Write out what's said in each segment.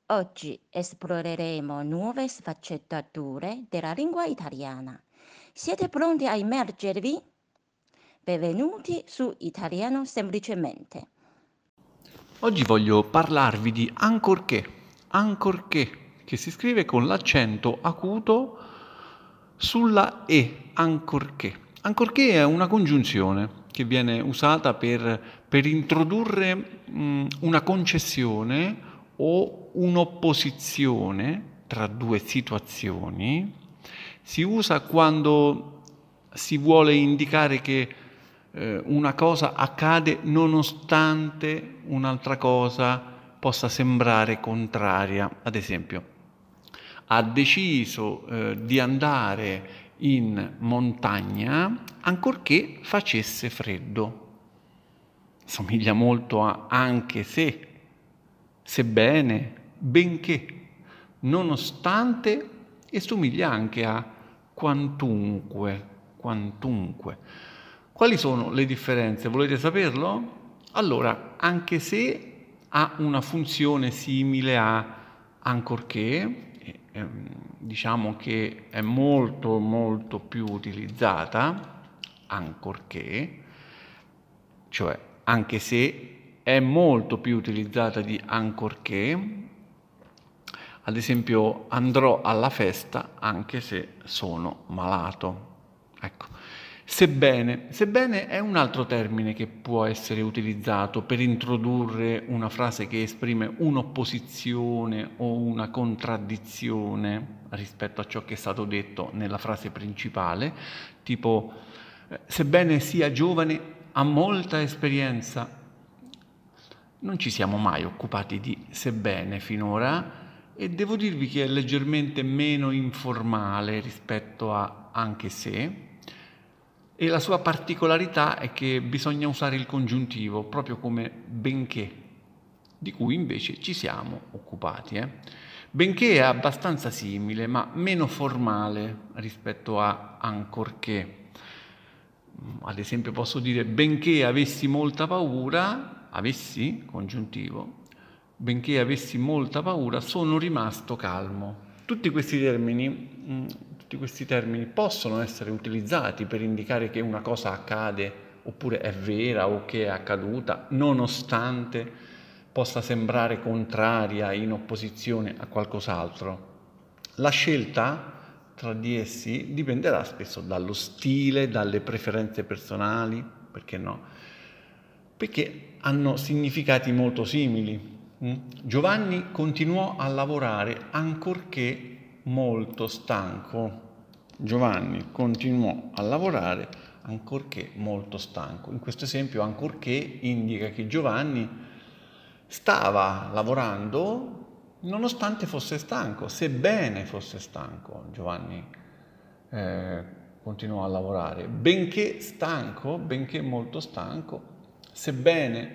Oggi esploreremo nuove sfaccettature della lingua italiana. Siete pronti a immergervi? Benvenuti su Italiano Semplicemente. Oggi voglio parlarvi di ancorché, che si scrive con l'accento acuto sulla E, ancorché. Ancorché è una congiunzione che viene usata per introdurre una concessione o un'opposizione tra due situazioni. Si usa quando si vuole indicare che una cosa accade nonostante un'altra cosa possa sembrare contraria. Ad esempio, ha deciso di andare in montagna ancorché facesse freddo. Somiglia molto a anche se, sebbene, benché, nonostante e somiglia anche a quantunque. Quali sono le differenze? Volete saperlo? Allora, anche se ha una funzione simile a ancorché, diciamo che è molto più utilizzata, ancorché, cioè anche se è molto più utilizzata di ancorché. Ad esempio, andrò alla festa anche se sono malato. Ecco. Sebbene è un altro termine che può essere utilizzato per introdurre una frase che esprime un'opposizione o una contraddizione rispetto a ciò che è stato detto nella frase principale, tipo sebbene sia giovane, ha molta esperienza. Non ci siamo mai occupati di sebbene finora e devo dirvi che è leggermente meno informale rispetto a anche se, e la sua particolarità è che bisogna usare il congiuntivo proprio come benché, di cui invece ci siamo occupati. Benché è abbastanza simile, ma meno formale rispetto a ancorché. Ad esempio posso dire benché avessi molta paura, avessi, congiuntivo, benché avessi molta paura, sono rimasto calmo. Tutti questi termini possono essere utilizzati per indicare che una cosa accade oppure è vera o che è accaduta, nonostante possa sembrare contraria, in opposizione a qualcos'altro. La scelta tra di essi dipenderà spesso dallo stile, dalle preferenze personali, perché no? Perché hanno significati molto simili. Giovanni continuò a lavorare ancorché molto stanco. Giovanni continuò a lavorare ancorché molto stanco. In questo esempio ancorché indica che Giovanni stava lavorando nonostante fosse stanco, sebbene fosse stanco. Giovanni eh, continuò a lavorare, benché molto stanco, sebbene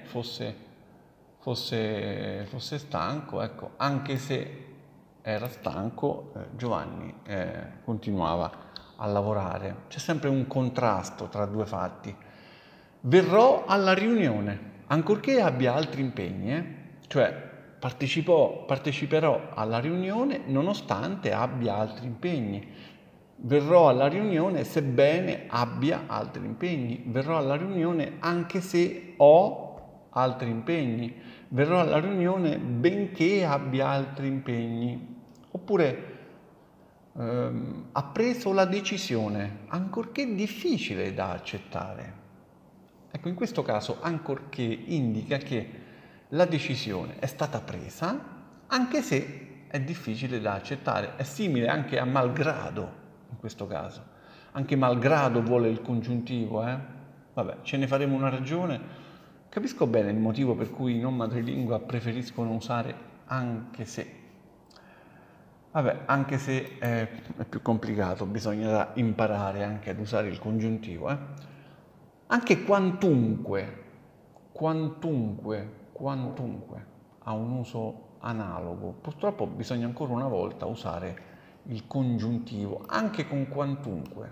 fosse stanco, ecco, anche se era stanco, Giovanni continuava a lavorare. C'è sempre un contrasto tra due fatti. Verrò alla riunione, ancorché abbia altri impegni, cioè parteciperò alla riunione nonostante abbia altri impegni. Verrò alla riunione sebbene abbia altri impegni. Verrò alla riunione anche se ho altri impegni. Verrò alla riunione benché abbia altri impegni. Oppure ha preso la decisione, ancorché difficile da accettare. Ecco, in questo caso, ancorché indica che la decisione è stata presa, anche se è difficile da accettare. È simile anche a malgrado, in questo caso. Anche malgrado vuole il congiuntivo, Vabbè, ce ne faremo una ragione. Capisco bene il motivo per cui i non madrelingua preferiscono usare anche se. Vabbè, anche se è più complicato, bisognerà imparare anche ad usare il congiuntivo. Anche quantunque ha un uso analogo. Purtroppo bisogna ancora una volta usare il congiuntivo, anche con quantunque.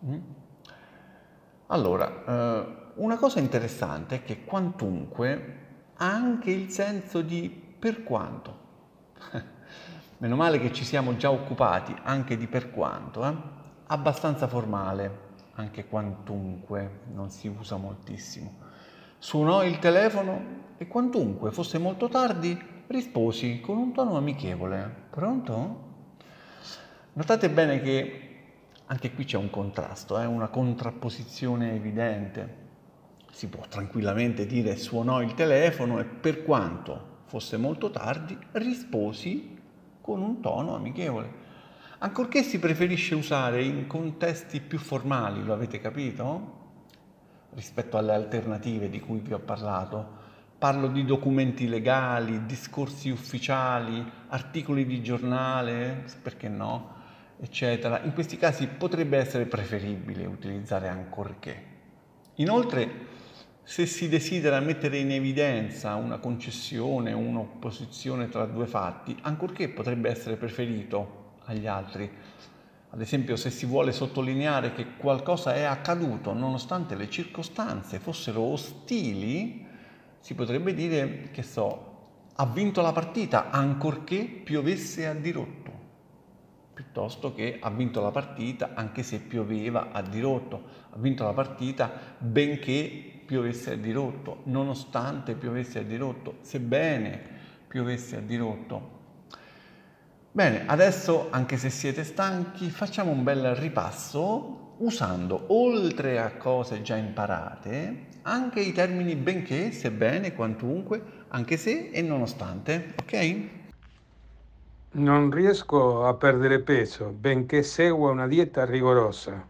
Allora, una cosa interessante è che quantunque ha anche il senso di per quanto. Meno male che ci siamo già occupati anche di per quanto, abbastanza formale, anche quantunque non si usa moltissimo. Suonò il telefono e quantunque fosse molto tardi, risposi con un tono amichevole. Pronto? Notate bene che anche qui c'è un contrasto, una contrapposizione evidente. Si può tranquillamente dire suonò il telefono e per quanto fosse molto tardi risposi con un tono amichevole. Ancorché si preferisce usare in contesti più formali, lo avete capito? Rispetto alle alternative di cui vi ho parlato. Parlo di documenti legali, discorsi ufficiali, articoli di giornale, perché no, eccetera. In questi casi potrebbe essere preferibile utilizzare ancorché. Inoltre, se si desidera mettere in evidenza una concessione o un'opposizione tra due fatti, ancorché potrebbe essere preferito agli altri. Ad esempio, se si vuole sottolineare che qualcosa è accaduto nonostante le circostanze fossero ostili, si potrebbe dire, che so, ha vinto la partita ancorché piovesse a dirotto, piuttosto che ha vinto la partita anche se pioveva a dirotto, ha vinto la partita benché piovesse a dirotto, nonostante piovesse a dirotto, sebbene piovesse a dirotto. Bene, adesso, anche se siete stanchi, facciamo un bel ripasso usando, oltre a cose già imparate, anche i termini benché, sebbene, quantunque, anche se e nonostante, ok? Non riesco a perdere peso, benché segua una dieta rigorosa.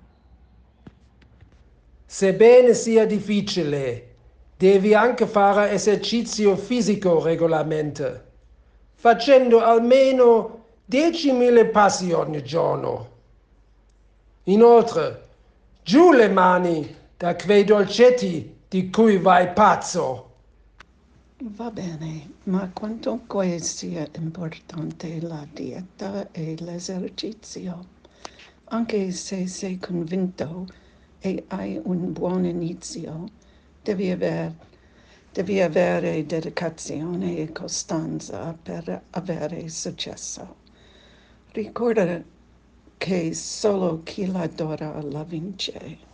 Sebbene sia difficile, devi anche fare esercizio fisico regolarmente, facendo almeno 10.000 passi ogni giorno. Inoltre, giù le mani da quei dolcetti di cui vai pazzo. Va bene, ma quantunque sia importante la dieta e l'esercizio, anche se sei convinto e hai un buon inizio, devi avere dedicazione e costanza per avere successo. Ricorda che solo chi l'adora la vince.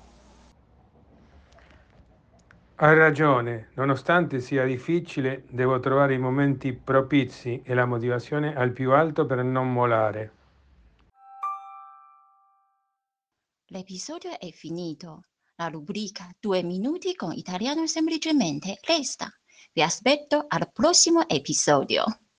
Hai ragione, nonostante sia difficile, devo trovare i momenti propizi e la motivazione al più alto per non mollare. L'episodio è finito. La rubrica 2 minuti con italiano semplicemente resta. Vi aspetto al prossimo episodio.